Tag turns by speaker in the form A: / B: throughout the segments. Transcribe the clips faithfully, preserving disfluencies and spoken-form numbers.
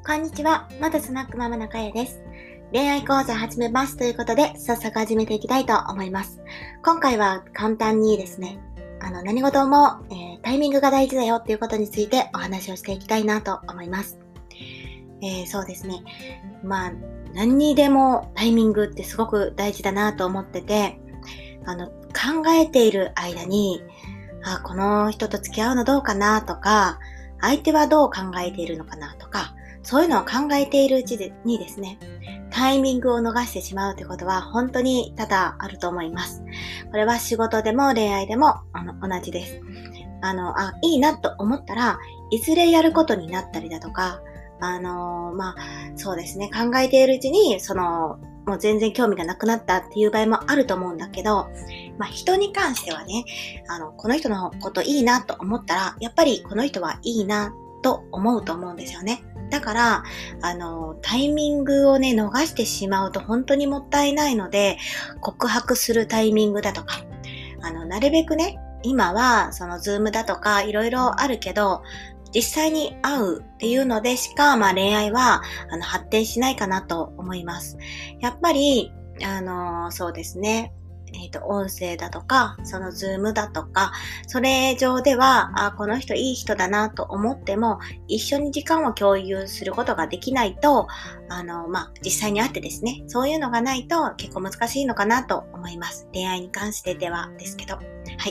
A: こんにちは。元スナックママのかやです。恋愛講座始めますということで、早速始めていきたいと思います。今回は簡単にですね、あの何事も、えー、タイミングが大事だよっていうことについてお話をしていきたいなと思います。えー、そうですね。まあ、何にでもタイミングってすごく大事だなと思ってて、あの、考えている間に、あ、この人と付き合うのどうかなとか、相手はどう考えているのかなとか、そういうのを考えているうちにですね、タイミングを逃してしまうということは本当に多々あると思います。これは仕事でも恋愛でもあの同じです。あの、あ、いいなと思ったらいずれやることになったりだとか、あのー、まあ、そうですね、考えているうちに、その、もう全然興味がなくなったっていう場合もあると思うんだけど、まあ人に関してはね、あの、この人のこといいなと思ったら、やっぱりこの人はいいなと思うと思うんですよね。だから、あの、タイミングをね、逃してしまうと本当にもったいないので、告白するタイミングだとか、あの、なるべくね、今は、その、ズームだとか、いろいろあるけど、実際に会うっていうのでしか、まあ恋愛は、あの、発展しないかなと思います。やっぱり、あの、そうですね。えっと、音声だとか、そのズームだとか、それ上では、あ、この人いい人だなと思っても、一緒に時間を共有することができないと、あの、まあ、実際に会ってですね、そういうのがないと結構難しいのかなと思います。恋愛に関してではですけど。はい。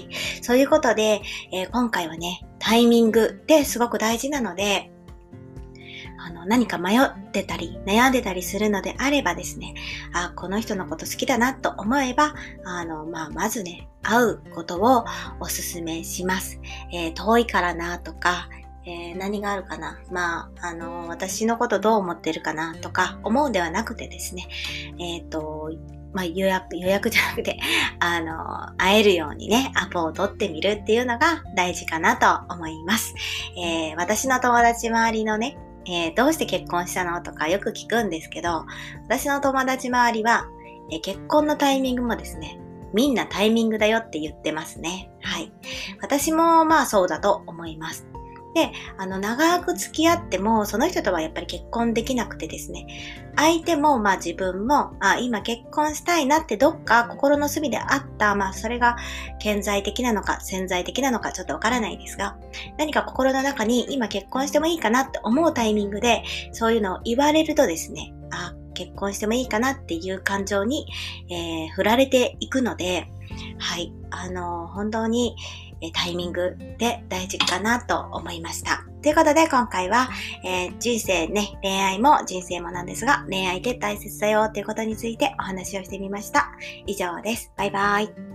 A: そういうことで、えー、今回はね、タイミングってすごく大事なので、あの、何か迷ってたり、悩んでたりするのであればですね、あ、この人のこと好きだなと思えば、あの、まあ、まずね、会うことをお勧めします。えー、遠いからなとか、えー、何があるかな、まあ、あの、私のことどう思ってるかなとか思うではなくてですね、えっと、まあ、予約、予約じゃなくて、あの、会えるようにね、アポを取ってみるっていうのが大事かなと思います。えー、私の友達周りのね、えー、どうして結婚したのとかよく聞くんですけど、私の友達周りは、えー、結婚のタイミングもですね、みんなタイミングだよって言ってますね。はい。私もまあそうだと思います。で、あの、長く付き合っても、その人とはやっぱり結婚できなくてですね、相手も、まあ自分も、あ、今結婚したいなってどっか心の隅であった、まあそれが顕在的なのか潜在的なのかちょっとわからないですが、何か心の中に今結婚してもいいかなって思うタイミングで、そういうのを言われるとですね、あ、結婚してもいいかなっていう感情に、えー、振られていくので、はい、あのー、本当に、タイミングで大事かなと思いました。ということで今回は、えー、人生ね、恋愛も人生もなんですが、恋愛って大切だよということについてお話をしてみました。以上です。バイバイ。